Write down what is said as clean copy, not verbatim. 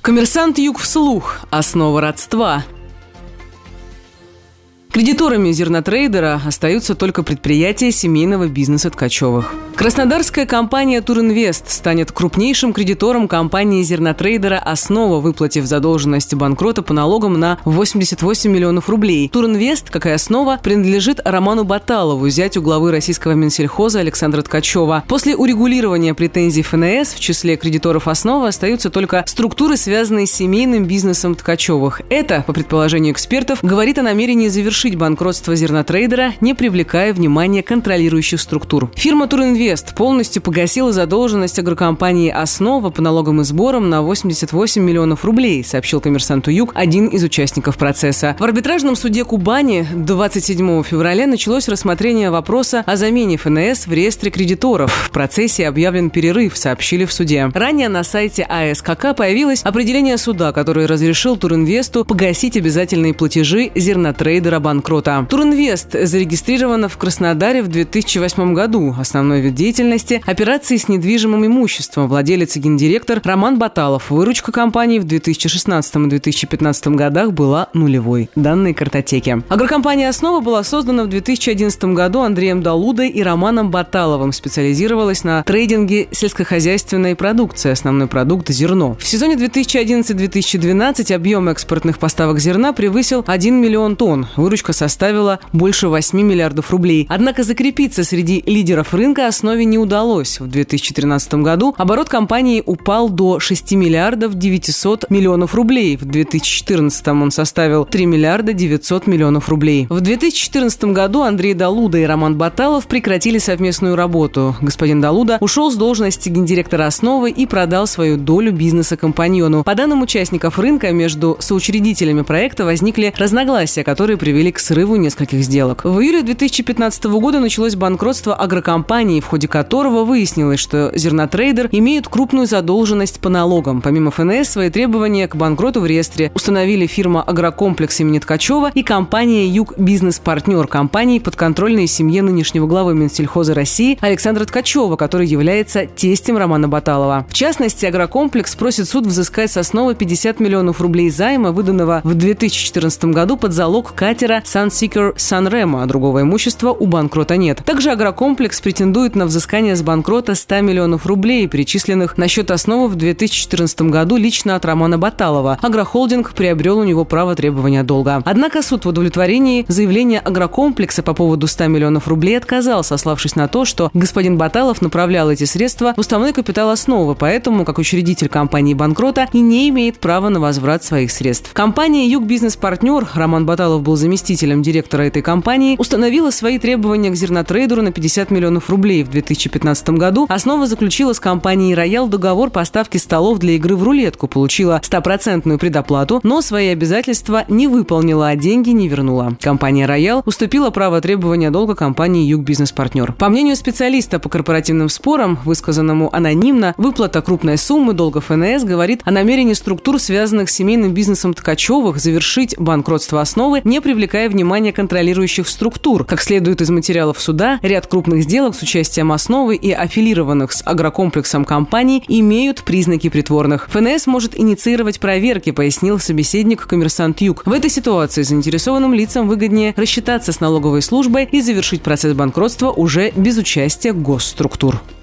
Коммерсант Юг вслух. Основа родства. Кредиторами зернотрейдера остаются только предприятия семейного бизнеса Ткачевых. Краснодарская компания «Туринвест» станет крупнейшим кредитором компании зернотрейдера «Основа», выплатив задолженность банкрота по налогам на 88 миллионов рублей. «Туринвест», как и «Основа», принадлежит Роману Баталову, зятю главы российского Минсельхоза Александра Ткачева. После урегулирования претензий ФНС в числе кредиторов «Основы» остаются только структуры, связанные с семейным бизнесом Ткачевых. Это, по предположению экспертов, говорит о намерении завершить банкротство зернотрейдера, не привлекая внимания контролирующих структур. Фирма «Туринвест» полностью погасила задолженность агрокомпании «Основа» по налогам и сборам на 88 миллионов рублей, сообщил «Коммерсанту Юг» один из участников процесса. В арбитражном суде Кубани 27 февраля началось рассмотрение вопроса о замене ФНС в реестре кредиторов. В процессе объявлен перерыв, сообщили в суде. Ранее на сайте АСКК появилось определение суда, который разрешил «Туринвесту» погасить обязательные платежи зернотрейдера банкрота. «Туринвест» зарегистрирована в Краснодаре в 2008 году. Основной вид деятельности – операции с недвижимым имуществом. Владелец и гендиректор Роман Баталов. Выручка компании в 2016 и 2015 годах была нулевой. Данные картотеки. Агрокомпания «Основа» была создана в 2011 году Андреем Далудой и Романом Баталовым. Специализировалась на трейдинге сельскохозяйственной продукции. Основной продукт – зерно. В сезоне 2011-2012 объем экспортных поставок зерна превысил 1 миллион тонн. Выручка составила больше 8 миллиардов рублей. Однако закрепиться среди лидеров рынка «Основе» не удалось. В 2013 году оборот компании упал до 6 миллиардов 900 миллионов рублей. В 2014 он составил 3 миллиарда 900 миллионов рублей. В 2014 году Андрей Далуда и Роман Баталов прекратили совместную работу. Господин Далуда ушел с должности гендиректора «Основы» и продал свою долю бизнеса компаньону. По данным участников рынка, между соучредителями проекта возникли разногласия, которые привели к срыву нескольких сделок. В июле 2015 года началось банкротство агрокомпании, в ходе которого выяснилось, что зернотрейдер имеет крупную задолженность по налогам. Помимо ФНС, свои требования к банкроту в реестре установили фирма «Агрокомплекс» имени Ткачева и компания «Юг Бизнес-партнер», компании, подконтрольной семье нынешнего главы Минсельхоза России Александра Ткачева, который является тестем Романа Баталова. В частности, «Агрокомплекс» просит суд взыскать с «Основы» 50 миллионов рублей займа, выданного в 2014 году под залог катера «Sunseeker Sunremo», а другого имущества у банкрота нет. Также «Агрокомплекс» претендует на взыскание с банкрота 100 миллионов рублей, перечисленных на счет «Основы» в 2014 году лично от Романа Баталова. Агрохолдинг приобрел у него право требования долга. Однако суд в удовлетворении заявления «Агрокомплекса» по поводу 100 миллионов рублей отказал, сославшись на то, что господин Баталов направлял эти средства в уставной капитал «Основы», поэтому, как учредитель компании банкрота, и не имеет права на возврат своих средств. Компания «Юг Бизнес-партнер», Роман Баталов был заместителем директора этой компании, установила свои требования к зернотрейдеру на 50 миллионов рублей. В 2015 году «Основа» заключила с компанией «Роял» договор поставки столов для игры в рулетку, получила 100% предоплату, но свои обязательства не выполнила, а деньги не вернула. Компания «Роял» уступила право требования долга компании «Юг Бизнес-партнер». По мнению специалиста по корпоративным спорам, высказанному анонимно, выплата крупной суммы долга ФНС говорит о намерении структур, связанных с семейным бизнесом Ткачевых, завершить банкротство «Основы», не привлекая внимания контролирующих структур. Как следует из материалов суда, ряд крупных сделок с участием «Основы» и аффилированных с агрокомплексом компаний имеют признаки притворных. ФНС может инициировать проверки, пояснил собеседник «Коммерсант Юг». В этой ситуации заинтересованным лицам выгоднее рассчитаться с налоговой службой и завершить процесс банкротства уже без участия госструктур.